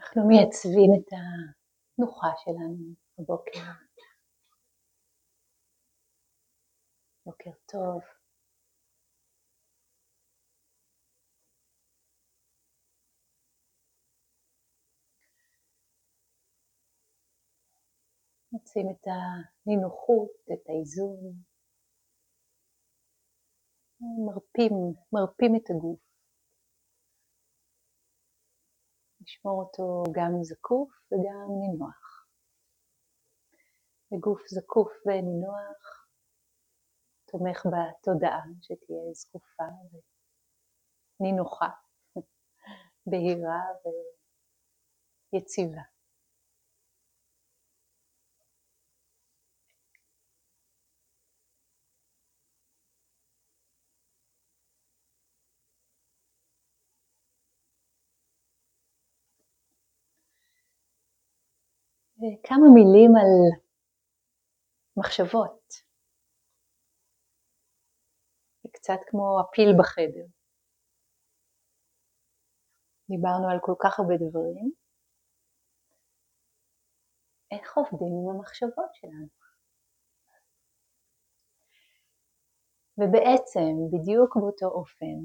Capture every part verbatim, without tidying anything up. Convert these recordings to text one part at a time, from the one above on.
אנחנו מייצבים את התנוחה שלנו בבוקר. בוקר טוב. מוצאים את הנינוחות, את האיזון. מרפים, מרפים את הגוף. לשמור אותו גם זקוף וגם נינוח. הגוף זקוף ונינוח תומך בתודעה שתהיה זקופה ונינוחה, בהירה ויציבה. כמה מילים על מחשבות. זה קצת כמו הפיל בחדר. דיברנו על כל כך הרבה דברים. איך עובדים עם המחשבות שלנו? ובעצם בדיוק באותו אופן,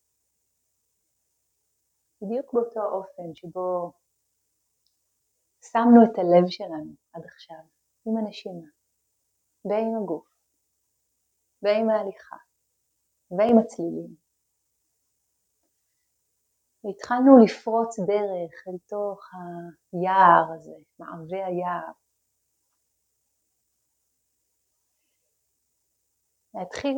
בדיוק באותו אופן שבו שמנו את הלב שלנו עד עכשיו, עם הנשימה, ועם הגוף, ועם ההליכה, ועם הצלילים. והתחלנו לפרוץ דרך אל תוך היער הזה, מערבי היער. להתחיל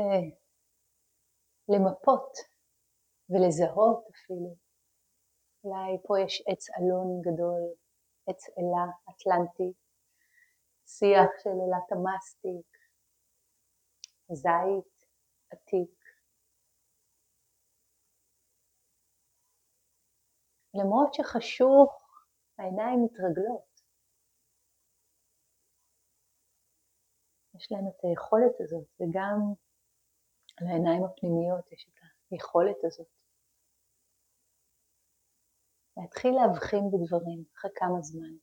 למפות ולזהות אפילו. אולי פה יש עץ אלון גדול, עץ אלה אטלנטי, שיח של אלת המסטיק, זית עתיק. למרות שחשוך, העיניים מתרגלות. יש להם את היכולת הזאת, וגם לעיניים הפנימיות יש את היכולת הזאת. להתחיל להבחין בדברים אחרי כמה זמן.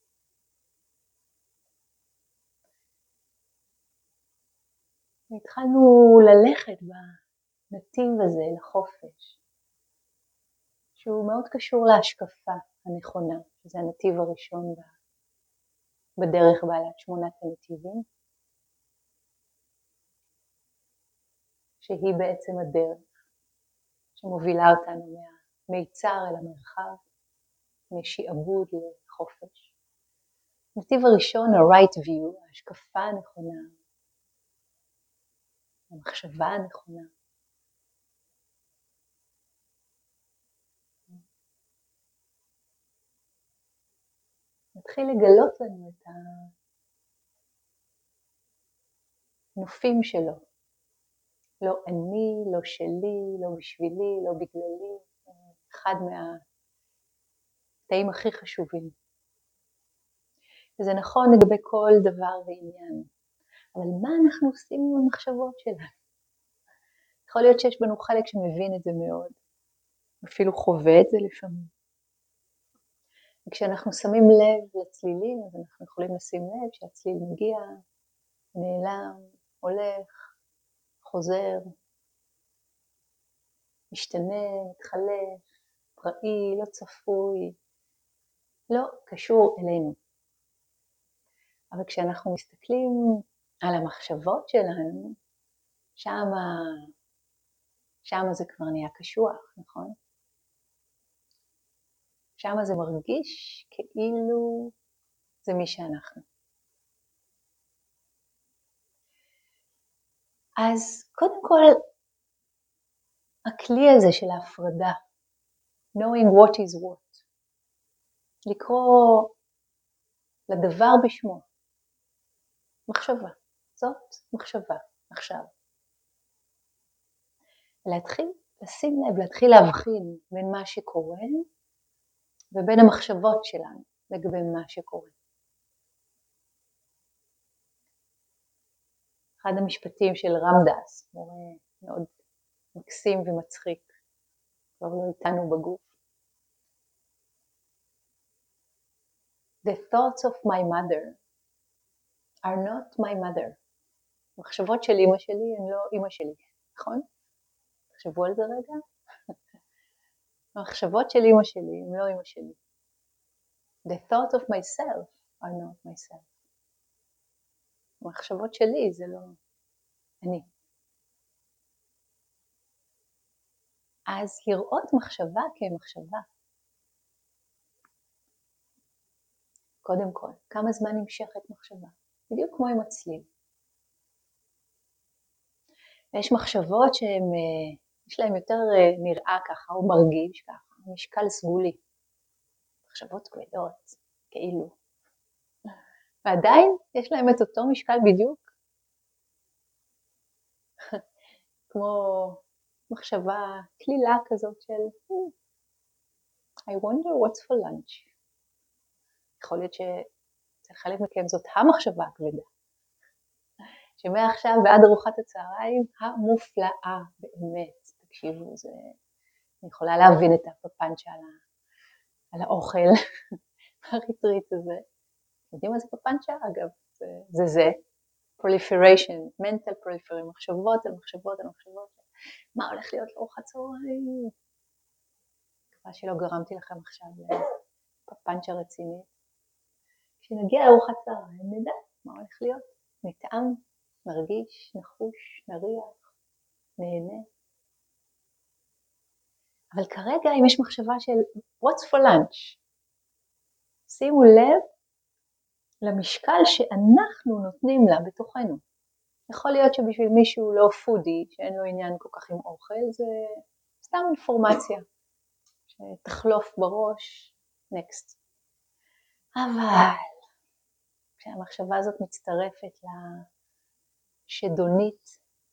והתחלנו ללכת בנתיב הזה לחופש, שהוא מאוד קשור להשקפה הנכונה, שזה הנתיב הראשון בדרך בעלת שמונת הנתיבים, שהיא בעצם הדרך שמובילה אותנו מהמיצר אל המרחב, משעבוד לחופש. הנתיב הראשון, ה-right view, ההשקפה הנכונה, המחשבה הנכונה. נתחיל לגלות לנו את הנופים שלו. לא אני, לא שלי, לא בשבילי, לא בגללי. אחד מהתאים הכי חשובים. וזה נכון לגבי כל דבר ועניין. אבל מה אנחנו עושים עם המחשבות שלנו? יכול להיות שיש בנו חלק שמבין את זה מאוד. אפילו חווה את זה לפעמים. וכשאנחנו שמים לב לצלילים, אז אנחנו יכולים לשים לב שהצליל מגיע, נעלם, הולך, חוזר, משתנה, מתחלף, פראי, לא צפוי, לא קשור אלינו. אבל כשאנחנו מסתכלים על המחשבות שלנו, שמה, שמה זה כבר נהיה קשוח, נכון? שמה זה מרגיש כאילו זה מי שאנחנו. אז קודם כל, הכלי הזה של ההפרדה, knowing what is what, לקרוא לדבר בשמו, מחשבה, זאת מחשבה, עכשיו. להתחיל לשים לב, להתחיל להבחין בין מה שקורה ובין המחשבות שלנו לגבי מה שקורה. אחד המשפטים של רמדאס, מורה מאוד מקסים ומצחיק, כבר לא איתנו בגוף. The thoughts of my mother are not my mother. המחשבות של אמא שלי הן לא אמא שלי, נכון? תחשבו על זה רגע. המחשבות של אמא שלי הן לא אמא שלי. The thoughts of myself are not myself. המחשבות שלי זה לא אני. אז לראות מחשבה כמחשבה. קודם כל, כמה זמן נמשכת מחשבה? בדיוק כמו עם הצליל. ויש מחשבות שהן, יש להן יותר נראה ככה, או מרגיש ככה, משקל סגולי. מחשבות כבדות, כאילו. ועדיין יש להם את אותו משקל בדיוק. כמו מחשבה כלילה כזאת של I wonder what's for lunch. יכול להיות שאצל חלק מכם זאת המחשבה הכבדה. שמעכשיו ועד ארוחת הצהריים המופלאה באמת. תקשיבו, זה... אני יכולה להבין את הפפנצ'ה על, ה... על האוכל, הריטריט הזה. יודעים מה זה פפנצ'ה? אגב, זה זה, זה. proliferation, mental proliferation, מחשבות על מחשבות על מחשבות. מה הולך להיות לארוחת צהריים? מקווה שלא גרמתי לכם עכשיו לפפנצ'ה רצינית. כשנגיע לארוחת צהריים נדע מה הולך להיות. נטעם, נרגיש, נחוש, נריח, נהנה. אבל כרגע אם יש מחשבה של what's for lunch, שימו לב למשקל שאנחנו נותנים לה בתוכנו. יכול להיות שבשביל מישהו לא פודי, שאין לו עניין כל כך עם אוכל, זה סתם אינפורמציה שתחלוף בראש, next. אבל כשהמחשבה הזאת מצטרפת לשדונית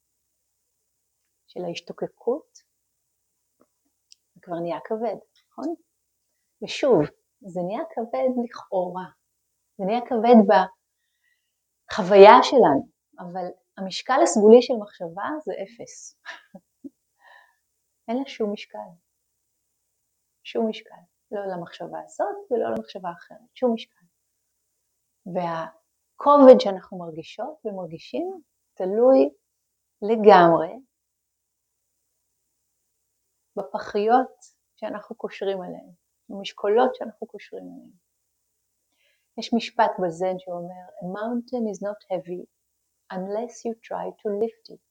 של ההשתוקקות, זה כבר נהיה כבד, נכון? ושוב, זה נהיה כבד לכאורה, זה נהיה כבד בחוויה שלנו, אבל המשקל הסגולי של מחשבה זה אפס. אין לה שום משקל. שום משקל. לא למחשבה הזאת ולא למחשבה אחרת. שום משקל. והכובד שאנחנו מרגישות ומרגישים תלוי לגמרי בפחיות שאנחנו קושרים עליהן. במשקולות שאנחנו קושרים עליהן. יש משפט בזן שאומר, a mountain is not heavy unless you try to lift it.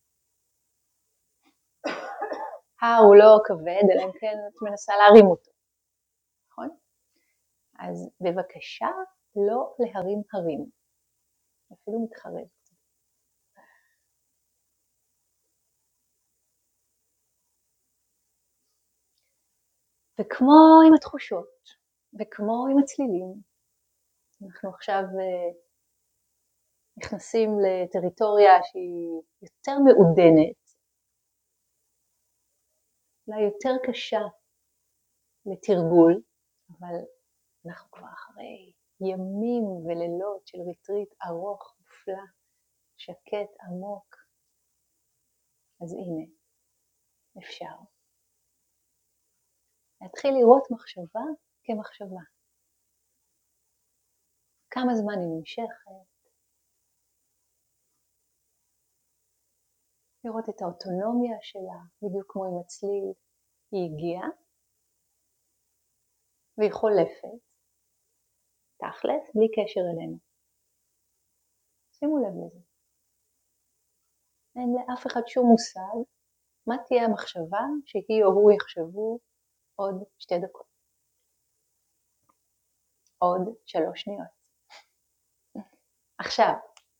הר הוא לא כבד, אלא אם כן את מנסה להרים אותו. נכון? אז בבקשה לא להרים הרים. אפילו מתחרב. וכמו עם התחושות, וכמו עם הצלילים, אנחנו עכשיו נכנסים לטריטוריה שהיא יותר מעודנת, אולי יותר קשה לתרגול, אבל אנחנו כבר אחרי ימים ולילות של ריטריט ארוך, מופלא, שקט, עמוק. אז הנה, אפשר. להתחיל לראות מחשבה כמחשבה. כמה זמן היא נמשכת. לראות את האוטונומיה שלה, בדיוק כמו עם הצליל, היא הגיעה, והיא חולפת, תכלס, בלי קשר אלינו. שימו לב לזה. אין לאף אחד שום מושג, מה תהיה המחשבה שהיא או הוא יחשבו עוד שתי דקות. עוד שלוש שניות. עכשיו.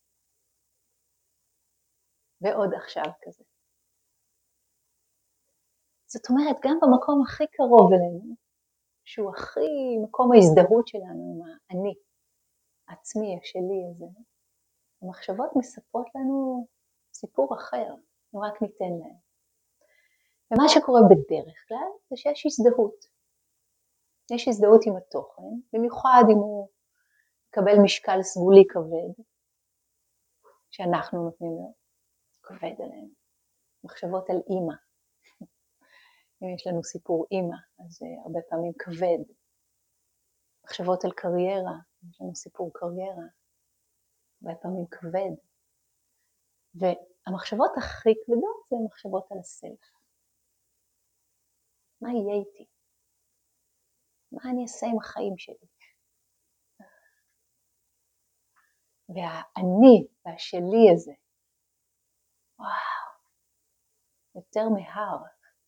ועוד עכשיו כזה. זאת אומרת, גם במקום הכי קרוב אלינו, שהוא הכי מקום ההזדהות שלנו עם האני, העצמי, השלי הזה, המחשבות מספרות לנו סיפור אחר, אם רק ניתן להם. ומה שקורה בדרך כלל, זה שיש הזדהות. יש הזדהות עם התוכן, במיוחד אם הוא מקבל משקל סגולי כבד, שאנחנו נותנים לו. כבד עליהם. מחשבות על אימא. אם יש לנו סיפור אימא, אז הרבה פעמים כבד. מחשבות על קריירה, יש לנו סיפור קריירה, הרבה פעמים כבד. והמחשבות הכי כבדות זה מחשבות על הסלף. מה יהיה איתי? מה אני אעשה עם החיים שלי? והאני והשלי הזה, וואו, יותר מהר.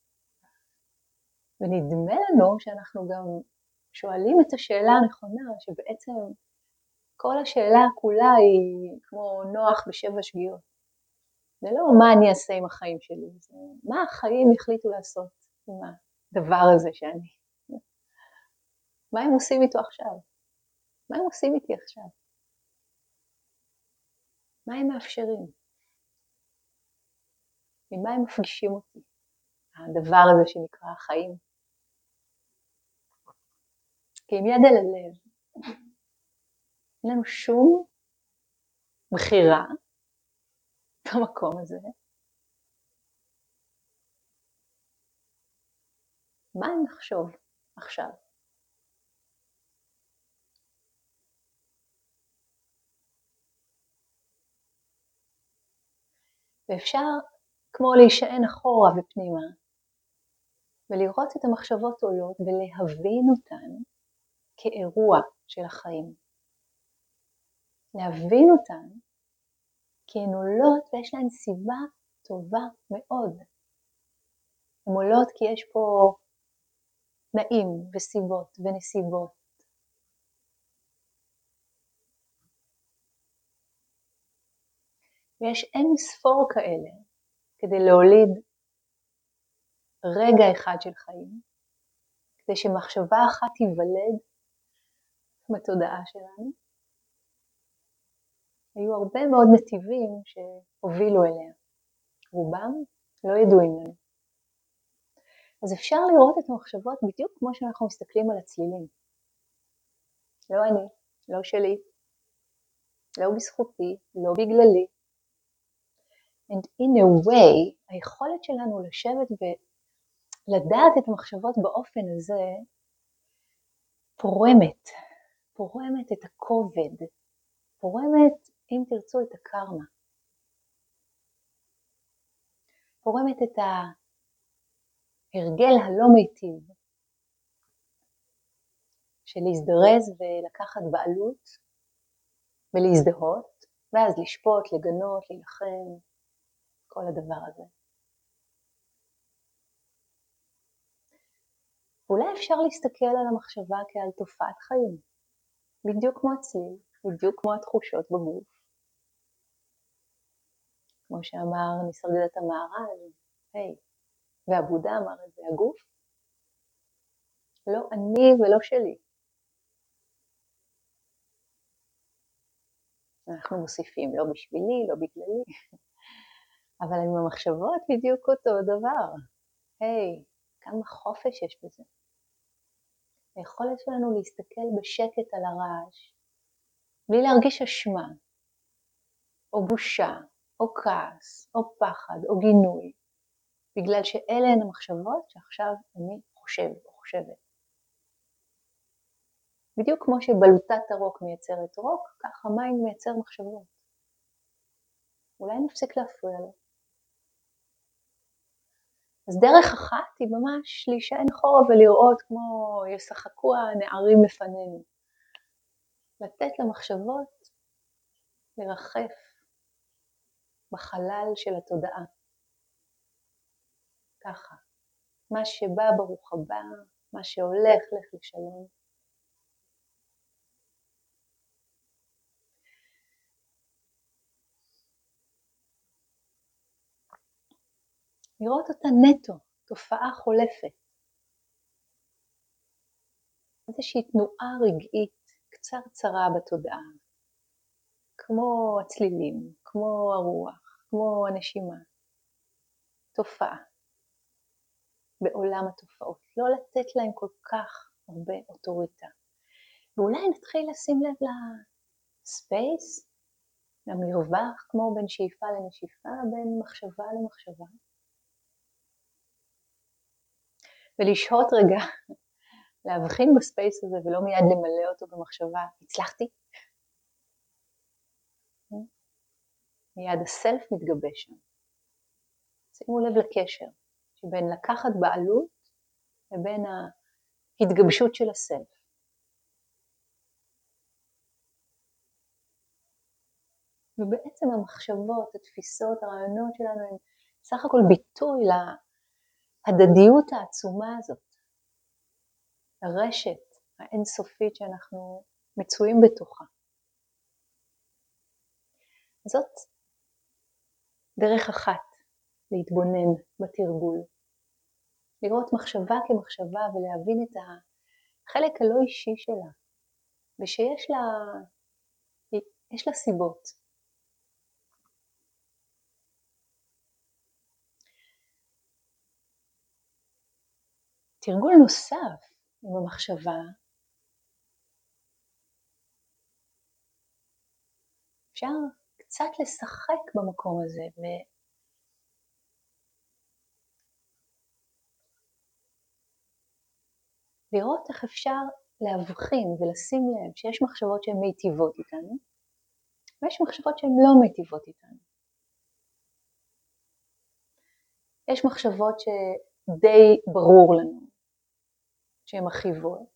ונדמה לנו שאנחנו גם שואלים את השאלה הנכונה, שבעצם כל השאלה כולה היא כמו נוח בשבע שגיאות. זה לא מה אני אעשה עם החיים שלי, זה מה החיים החליטו לעשות עם הדבר הזה שאני. מה הם עושים איתו עכשיו? מה הם עושים איתי עכשיו? מה הם מאפשרים? ממה הם מפגישים אותי? הדבר הזה שנקרא החיים. כי עם יד על הלב, אין לנו שום בחירה במקום הזה. מה נחשוב עכשיו? ואפשר כמו להישען אחורה ופנימה, ולראות את המחשבות עולות ולהבין אותן כאירוע של החיים. להבין אותן כי הן עולות ויש להן סיבה טובה מאוד. הן עולות כי יש פה תנאים וסיבות ונסיבות. ויש אין ספור כאלה כדי להוליד רגע אחד של חיים, כדי שמחשבה אחת תיוולד בתודעה שלנו. היו הרבה מאוד נתיבים שהובילו אליה. רובם לא ידועים לנו. אז אפשר לראות את המחשבות בדיוק כמו שאנחנו מסתכלים על הצלילים. לא אני, לא שלי, לא בזכותי, לא בגללי. And in a way, היכולת שלנו לשבת ולדעת את המחשבות באופן הזה, פורמת, פורמת את הכובד, פורמת, אם תרצו, את הקרמה. פורמת את ההרגל הלא מיטיב, של להזדרז ולקחת בעלות, ולהזדהות, ואז לשפוט, לגנות, להילחם, כל הדבר הזה. אולי אפשר להסתכל על המחשבה כעל תופעת חיים, בדיוק כמו הצליל, בדיוק כמו התחושות בגוף. כמו שאמר ניסרגדת המהר"ל, היי, והבודה אמר את זה, הגוף, לא אני ולא שלי. אנחנו מוסיפים, לא בשבילי, לא בגללי, אבל עם המחשבות בדיוק אותו דבר. היי, כמה חופש יש בזה. היכולת שלנו להסתכל בשקט על הרעש, בלי להרגיש אשמה, או בושה, או כעס, או פחד, או גינוי, בגלל שאלה הן המחשבות שעכשיו אני חושב או חושבת. בדיוק כמו שבלוטת הרוק מייצרת רוק, ככה מים מייצר מחשבות. אולי נפסיק להפריע לו. אז דרך אחת היא ממש להישען אחורה ולראות כמו ישחקו הנערים לפנינו. לתת למחשבות לרחף בחלל של התודעה. ככה. מה שבא ברוך הבא, מה שהולך לך לשלום. לראות אותה נטו, תופעה חולפת. איזושהי תנועה רגעית קצרצרה בתודעה. כמו הצלילים, כמו הרוח, כמו הנשימה. תופעה. בעולם התופעות. לא לתת להם כל כך הרבה אוטוריטה. ואולי נתחיל לשים לב לספייס, למרווח, כמו בין שאיפה לנשיפה, בין מחשבה למחשבה. ולשהות רגע להבחין בספייס הזה ולא מיד למלא אותו במחשבה, הצלחתי? מיד הסלף מתגבש שם. שימו לב לקשר שבין לקחת בעלות לבין ההתגבשות של הסלף. ובעצם המחשבות, התפיסות, הרעיונות שלנו הם סך הכל ביטוי להדדיות העצומה הזאת, הרשת האינסופית שאנחנו מצויים בתוכה. זאת דרך אחת להתבונן בתרגול, לראות מחשבה כמחשבה ולהבין את החלק הלא אישי שלה, ושיש לה, יש לה סיבות. תרגול נוסף עם המחשבה, אפשר קצת לשחק במקום הזה ולראות איך אפשר להבחין ולשים לב שיש מחשבות שהן מיטיבות איתנו ויש מחשבות שהן לא מיטיבות איתנו. יש מחשבות שדי ברור לנו שהן מכאיבות,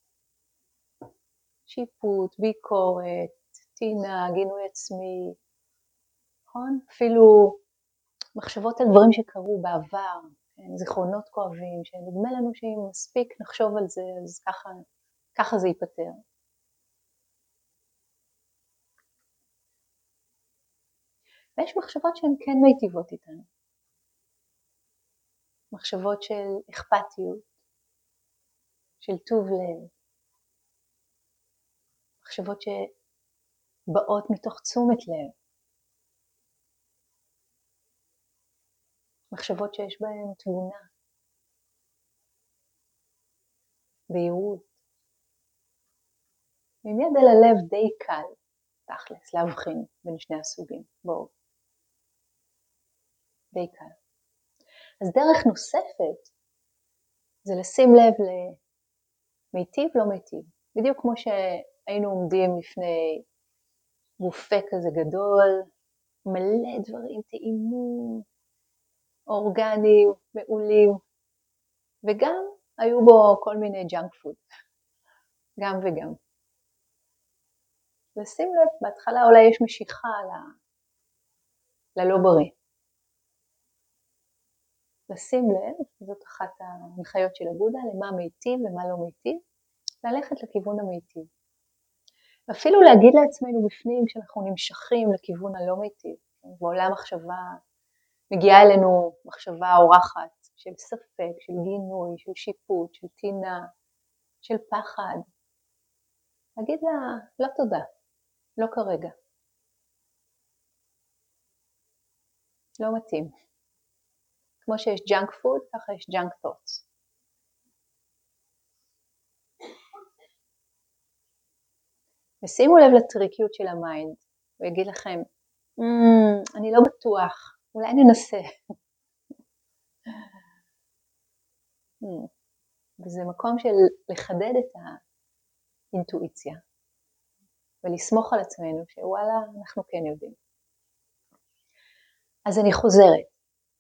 שיפוט, ביקורת, טינה, גינוי עצמי, נכון? אפילו מחשבות על דברים שקרו בעבר, כן? זיכרונות כואבים, שנדמה לנו שאם מספיק נחשוב על זה, אז ככה, ככה זה ייפטר. ויש מחשבות שהן כן מיטיבות איתנו. מחשבות של אכפתיות, של טוב לב, מחשבות שבאות מתוך תשומת לב, מחשבות שיש בהן תבונה, בהירות. עם יד על הלב די קל, תכלס, להבחין בין שני הסוגים. בואו. די קל. אז דרך נוספת זה לשים לב למיטיב לא מיטיב. בדיוק כמו שהיינו עומדים לפני בופה כזה גדול, מלא דברים טעימים, אורגניים, מעולים, וגם היו בו כל מיני ג'אנק פוד, גם וגם. לשים לב, בהתחלה אולי יש משיכה ל... ללא בריא. לשים לב, זאת אחת ההנחיות של הבודה, למה מיטיב ומה לא מיטיב, ללכת לכיוון המיטיב. אפילו להגיד לעצמנו בפנים כשאנחנו נמשכים לכיוון הלא מיטיב, בעולם מחשבה, מגיעה אלינו מחשבה אורחת של ספק, של גינוי, של שיפוט, של טינה, של פחד. להגיד לה, לא תודה, לא כרגע. לא מתאים. כמו שיש ג'אנק פוד, ככה יש ג'אנק ת'וטס. ושימו לב לטריקיות של המיינד, הוא יגיד לכם, mm, אני לא בטוח, אולי ננסה. mm. וזה מקום של לחדד את האינטואיציה, ולסמוך על עצמנו שוואלה, אנחנו כן יודעים. אז אני חוזרת.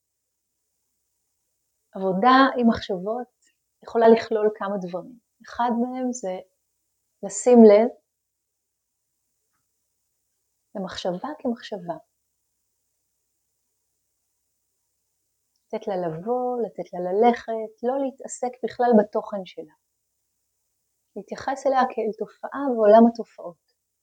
עבודה עם מחשבות יכולה לכלול כמה דברים. אחד מהם זה לשים לב למחשבה כמחשבה. לתת לה לבוא, לתת לה ללכת, לא להתעסק בכלל בתוכן שלה. להתייחס אליה כאל תופעה בעולם התופעות.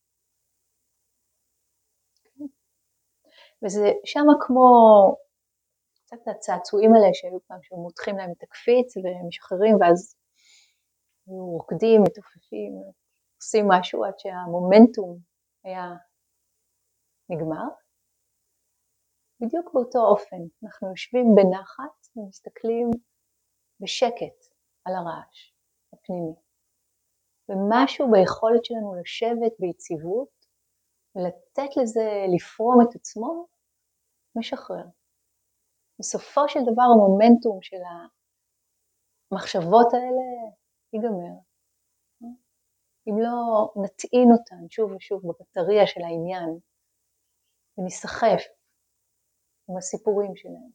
וזה שם כמו קצת הצעצועים האלה שהיו פעם שמותחים להם את הקפיץ ומשחררים ואז היו רוקדים, מתופפים, עושים משהו עד שהמומנטום היה נגמר. בדיוק באותו אופן אנחנו יושבים בנחת ומסתכלים בשקט על הרעש הפנימי. ומשהו ביכולת שלנו לשבת ביציבות ולתת לזה לפרום את עצמו משחרר. בסופו של דבר המומנטום של המחשבות האלה ייגמר. אם לא נטעין אותן שוב ושוב בבטריה של העניין, ונסחף עם הסיפורים שלהם.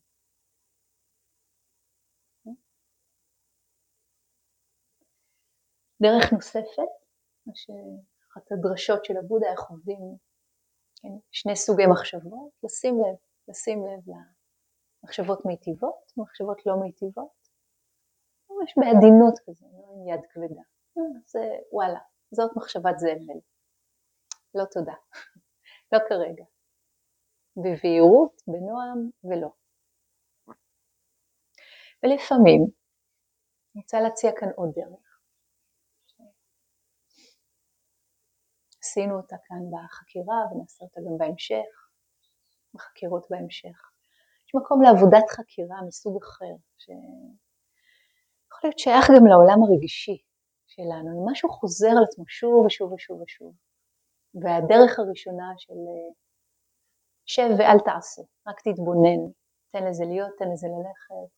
דרך נוספת, אחת הדרשות של הבודה, איך עובדים, כן, שני סוגי מחשבות, לשים לב, לשים לב למחשבות מיטיבות, מחשבות לא מיטיבות, ממש בעדינות כזה, לא עם יד כבדה. זה וואלה, זאת מחשבת זבל. לא תודה, לא כרגע. בבהירות, בנועם ולא. ולפעמים, אני רוצה להציע כאן עוד דרך. עשינו אותה כאן בחקירה ונעשה אותה גם בהמשך, בחקירות בהמשך. יש מקום לעבודת חקירה מסוג אחר, שיכול להיות שייך גם לעולם הרגשי שלנו, אם משהו חוזר על עצמו שוב ושוב ושוב ושוב. והדרך הראשונה של שב ואל תעשה, רק תתבונן, תן לזה להיות, תן לזה ללכת.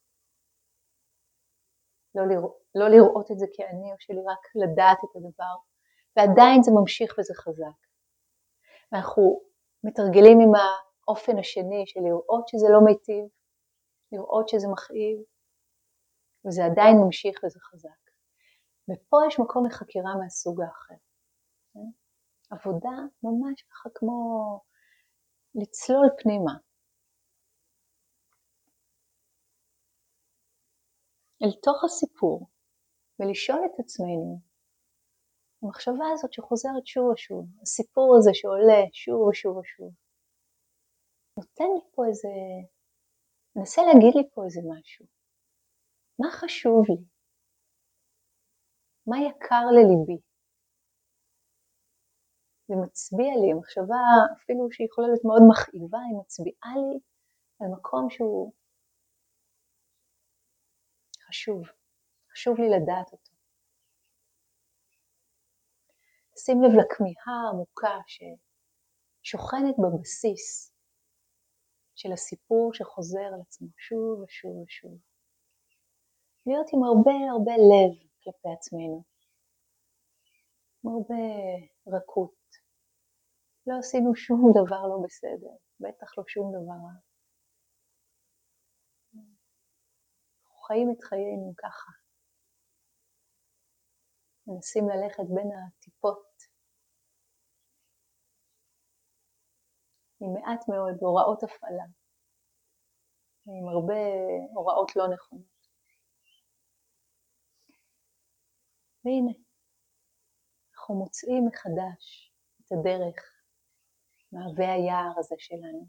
לא, לרא- לא לראות את זה כאני או שלי, רק לדעת את הדבר. ועדיין זה ממשיך וזה חזק. ואנחנו מתרגלים עם האופן השני של לראות שזה לא מיטיב, לראות שזה מכאיב, וזה עדיין ממשיך וזה חזק. ופה יש מקום לחקירה מהסוג האחר. עבודה ממש ככה כמו לצלול פנימה. אל תוך הסיפור, ולשאול את עצמנו, המחשבה הזאת שחוזרת שוב ושוב, הסיפור הזה שעולה שוב ושוב ושוב, נותן לי פה איזה, מנסה להגיד לי פה איזה משהו. מה חשוב לי? מה יקר לליבי? זה מצביע לי, המחשבה אפילו שהיא יכולה להיות מאוד מכאיבה, היא מצביעה לי על מקום שהוא חשוב, חשוב לי לדעת אותו. שים לב לכמיהה העמוקה ששוכנת בבסיס של הסיפור שחוזר על עצמו שוב ושוב ושוב. להיות עם הרבה הרבה לב כלפי עצמנו, עם הרבה רכות. לא עשינו שום דבר לא בסדר, בטח לא שום דבר רע. אנחנו חיים את חיינו ככה. מנסים ללכת בין הטיפות, עם מעט מאוד הוראות הפעלה, עם הרבה הוראות לא נכונות. והנה, אנחנו מוצאים מחדש את הדרך מהווה היער הזה שלנו.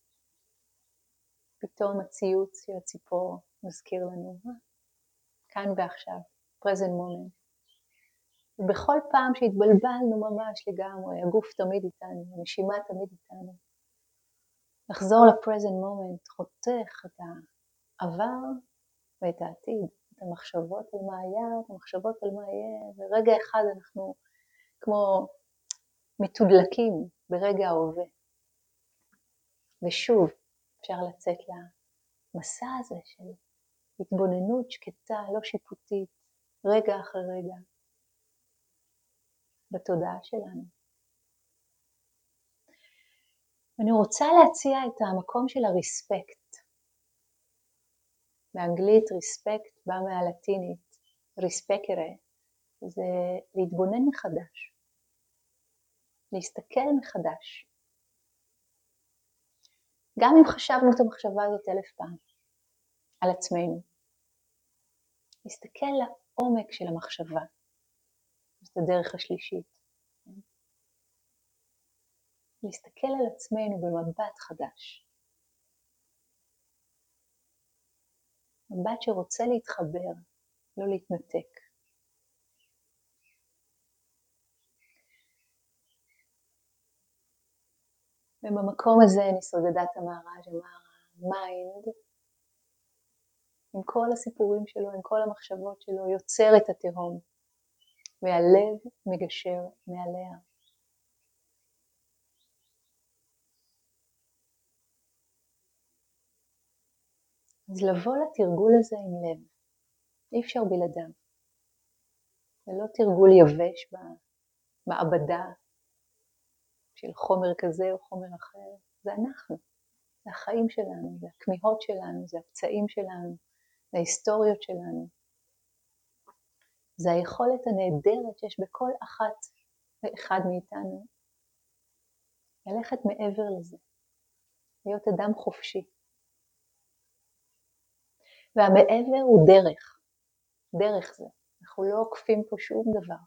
פתאום הציוץ של הציפור מזכיר לנו, כאן ועכשיו, present moment. ובכל פעם שהתבלבלנו ממש לגמרי, הגוף תמיד איתנו, הנשימה תמיד איתנו. לחזור ל-present moment, חותך את העבר ואת העתיד, את המחשבות על מה היה, את המחשבות על מה יהיה, ורגע אחד אנחנו כמו מתודלקים ברגע ההווה. ושוב, אפשר לצאת למסע הזה של התבוננות שקטה, לא שיפוטית, רגע אחרי רגע, בתודעה שלנו. אני רוצה להציע את המקום של הריספקט. באנגלית ריספקט בא מהלטינית, ריספקרה, זה להתבונן מחדש, להסתכל מחדש. גם אם חשבנו את המחשבה הזאת אלף פעם, על עצמנו. להסתכל לעומק של המחשבה, זאת הדרך השלישית. להסתכל על עצמנו במבט חדש. מבט שרוצה להתחבר, לא להתנתק. ובמקום הזה נסרגדת המהר"ז אמר, המיינד, עם כל הסיפורים שלו, עם כל המחשבות שלו, יוצר את התהום, והלב מגשר מעליה. אז לבוא לתרגול הזה עם לב, אי אפשר בלעדיו. זה לא תרגול יבש במעבדה של חומר כזה או חומר אחר, זה אנחנו, זה החיים שלנו, זה הכמיהות שלנו, זה הפצעים שלנו, זה ההיסטוריות שלנו. זה היכולת הנהדרת שיש בכל אחת ואחד מאיתנו, ללכת מעבר לזה, להיות אדם חופשי. והמעבר הוא דרך, דרך זה, אנחנו לא עוקפים פה שום דבר.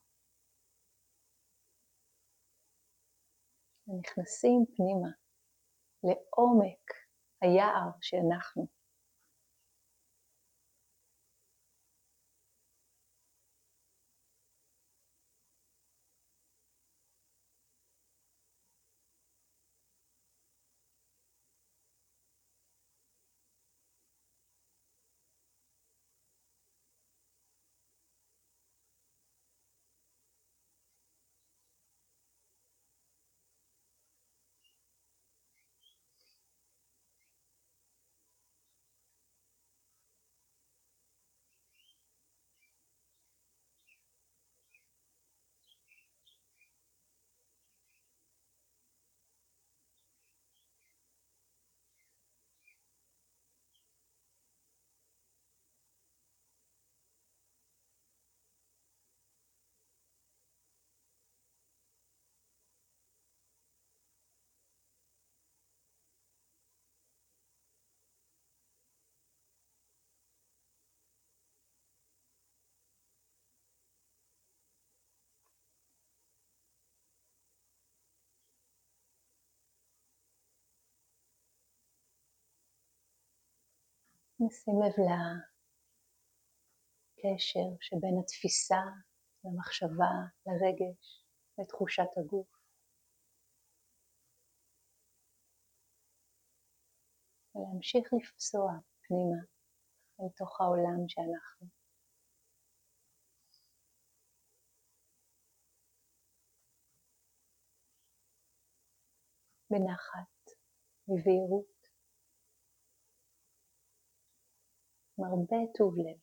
ונכנסים פנימה, לעומק היער שאנחנו. נשים לב לקשר שבין התפיסה, למחשבה, לרגש, לתחושת הגוף. ולהמשיך לפסוע פנימה אל תוך העולם שאנחנו. בנחת, בבהירות, מרבה טוב לב.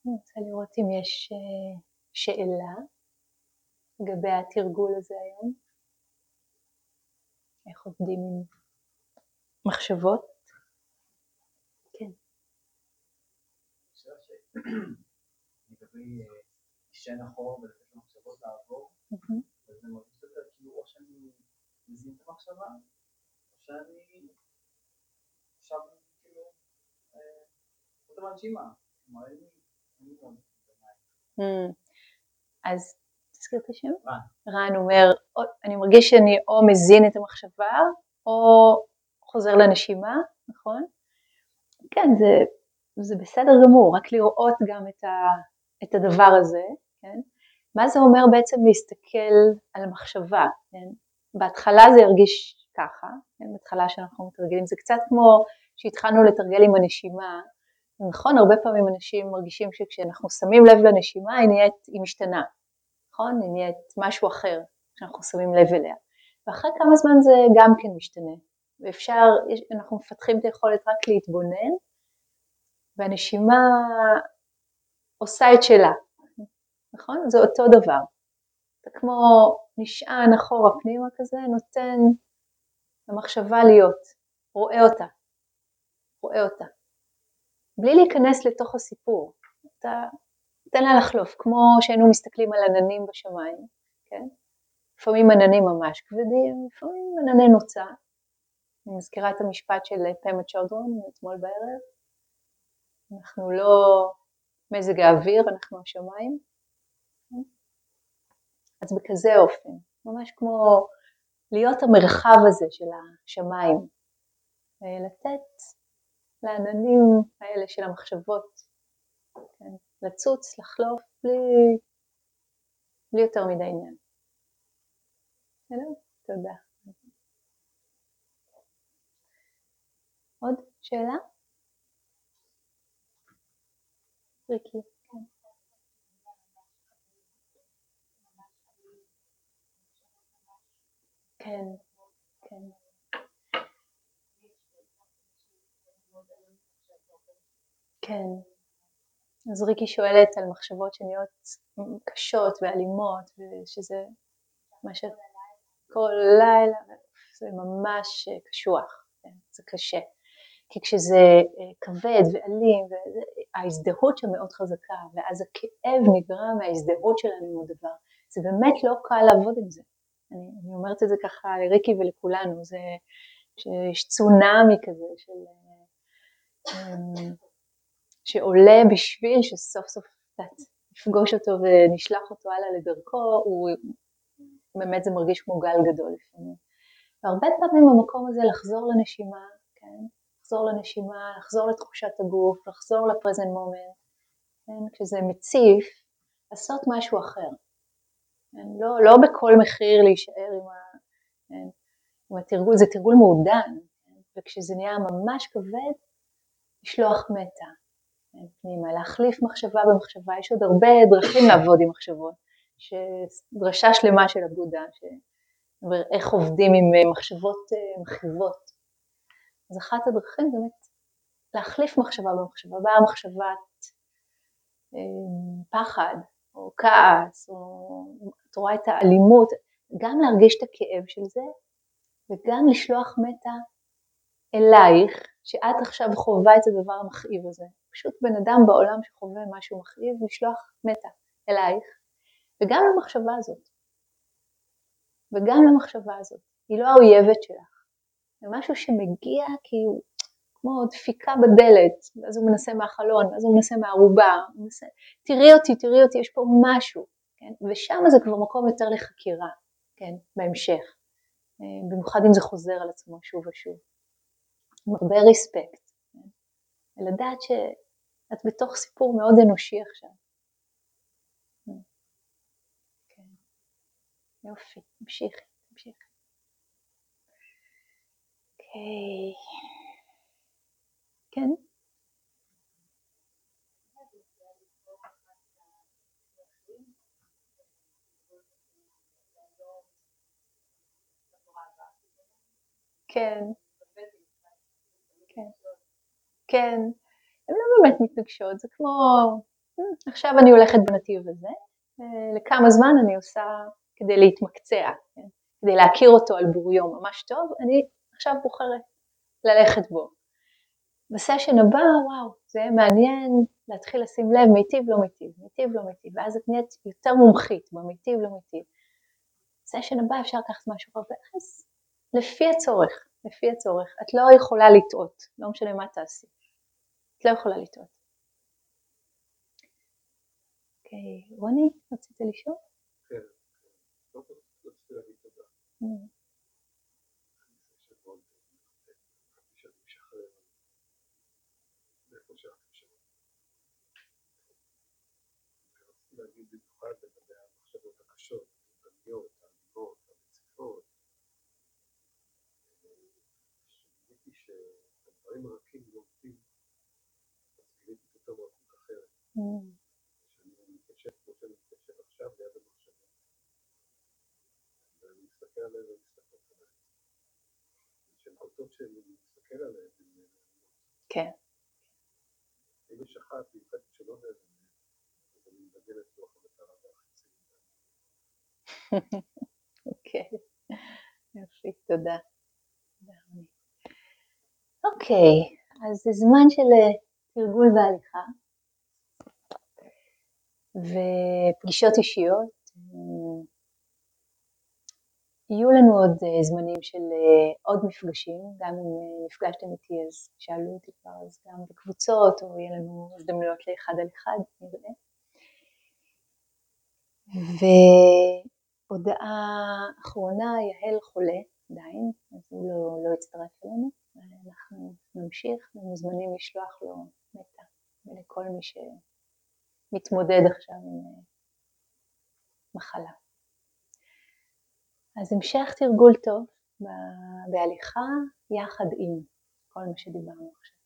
אני רוצה לראות אם יש שאלה לגבי התרגול הזה היום. איך עובדים עם מחשבות? כן. שאלה לגבי אישן אחורה ולתת למחשבות לעבור, וזה מרגיש יותר כאילו או שאני מזין את המחשבה, או שאני עכשיו כאילו עוד המנשימה, כלומר אין לי מאוד ביניים. אז תזכיר את השם? רן. רן אומר, אני מרגיש שאני או מזין את המחשבה, או חוזר לנשימה, נכון? כן, זה, זה בסדר גמור, רק לראות גם את, ה, את הדבר הזה, כן? מה זה אומר בעצם להסתכל על מחשבה, כן? בהתחלה זה ירגיש ככה, כן? בהתחלה שאנחנו מתרגלים, זה קצת כמו שהתחלנו לתרגל עם הנשימה, נכון? הרבה פעמים אנשים מרגישים שכשאנחנו שמים לב לנשימה, היא נהיית, היא משתנה, נכון? היא נהיית משהו אחר, כשאנחנו שמים לב אליה. ואחרי כמה זמן זה גם כן משתנה, ואפשר, אנחנו מפתחים את היכולת רק להתבונן, והנשימה עושה את שלה, נכון? זה אותו דבר. זה כמו נשען אחורה פנימה כזה, נותן למחשבה להיות, רואה אותה, רואה אותה. בלי להיכנס לתוך הסיפור, אתה תן לה לחלוף, כמו שהיינו מסתכלים על עננים בשמיים, כן? לפעמים עננים ממש כבדים, לפעמים ענני נוצה. אני מזכירה את המשפט של פמה צ'ודרון מאתמול בערב, אנחנו לא מזג האוויר, אנחנו השמיים. אז בכזה אופן, ממש כמו להיות המרחב הזה של השמיים, לתת לעננים האלה של המחשבות, כן, לצוץ, לחלוף, בלי, בלי יותר מדי עניין. תודה. עוד שאלה? ריקי. כן, כן. כן. אז ריקי שואלת על מחשבות שנהיות קשות ואלימות, ושזה מה ש... כל לילה, זה ממש קשוח, כן? זה קשה. כי כשזה כבד ואלים, ההזדהות שמאוד חזקה, ואז הכאב נגרם מההזדהות שלנו עם הדבר, זה באמת לא קל לעבוד עם זה. אני, אני אומרת את זה ככה לריקי ולכולנו, זה שיש צונאמי כזה של, שעולה בשביל שסוף סוף נפגוש אותו ונשלח אותו הלאה לדרכו, הוא, באמת זה מרגיש כמו גל גדול לפעמים. והרבה פעמים במקום הזה לחזור לנשימה, כן? לחזור לנשימה, לחזור לתחושת הגוף, לחזור לפרזנט מומנט, כן? כשזה מציף, לעשות משהו אחר. כן? לא, לא בכל מחיר להישאר עם, ה, כן? עם התרגול, זה תרגול מעודן, כן? וכשזה נהיה ממש כבד, לשלוח מטה, כן? פנימה, להחליף מחשבה במחשבה, יש עוד הרבה דרכים לעבוד עם מחשבות, שדרשה שלמה של הבודה, ש... איך עובדים עם מחשבות מחיבות. אז אחת הדרכים זה באמת להחליף מחשבה במחשבה, באה מחשבת פחד או כעס, או את רואה את האלימות, גם להרגיש את הכאב של זה, וגם לשלוח מטה אלייך, שאת עכשיו חווה את הדבר המכאיב הזה. פשוט בן אדם בעולם שחווה משהו מכאיב, לשלוח מטה אלייך, וגם למחשבה הזאת. וגם למחשבה הזאת. היא לא האויבת שלך. זה משהו שמגיע כי הוא כמו דפיקה בדלת, אז הוא מנסה מהחלון, אז הוא מנסה מהערובה, הוא מנסה, תראי אותי, תראי אותי, יש פה משהו, כן? ושם זה כבר מקום יותר לחקירה, כן? בהמשך. במיוחד אם זה חוזר על עצמו שוב ושוב. עם הרבה ריספקט. כן? ולדעת שאת בתוך סיפור מאוד אנושי עכשיו. כן. יופי, תמשיכי, תמשיכי. אוקיי. כן? כן. כן. כן. הן לא באמת מתנגשות, זה כמו עכשיו אני הולכת בנתיב הזה, לכמה זמן אני עושה כדי להתמקצע, כן? כדי להכיר אותו על בוריו ממש טוב, אני עכשיו בוחרת ללכת בו. בסשן הבא, וואו, זה מעניין להתחיל לשים לב מיטיב לא מיטיב, מיטיב לא מיטיב, ואז את נהיית יותר מומחית במיטיב לא מיטיב. בסשן הבא אפשר לקחת משהו הרבה, אז לפי הצורך, לפי הצורך, את לא יכולה לטעות, לא משנה מה תעשי, את לא יכולה לטעות. אוקיי, רוני, רצית לשאול? כן, לא רציתי להגיד תודה. שאני משחרר מאיפה שאנחנו שם. רציתי להגיד במיוחד לגבי המחשבות הקשות, המדיניות, האלימות, המציפות. שגיליתי שהדברים הרכים יורדים, אז גיליתי פתאום רכות אחרת. שאני מתקשר כמו שאני מתקשר עכשיו ליד המחשבות. ואני מסתכל עליהם ומסתכל עליהם. שהן קולטות שאני מסתכל עליהם. כן. אם יש אחת, במיוחד שלא נראה, אז אני מדגל את רוח המטרה והחצי. אוקיי, יופי, תודה. אוקיי, אז זה זמן של תרגול בהליכה ופגישות אישיות. יהיו לנו עוד זמנים של עוד מפגשים, גם אם נפגשתם איתי אז שאלו אותי כבר, אז גם בקבוצות, או יהיה לנו הזדמנויות לאחד על אחד, נראה. והודעה אחרונה, יהל חולה עדיין, אז הוא לא, לא יצטרף אלינו, אנחנו נמשיך ומוזמנים לשלוח לו מטה, ולכל מי שמתמודד עכשיו עם מחלה. אז המשך תרגול טוב בהליכה יחד עם כל מה שדיברנו עכשיו.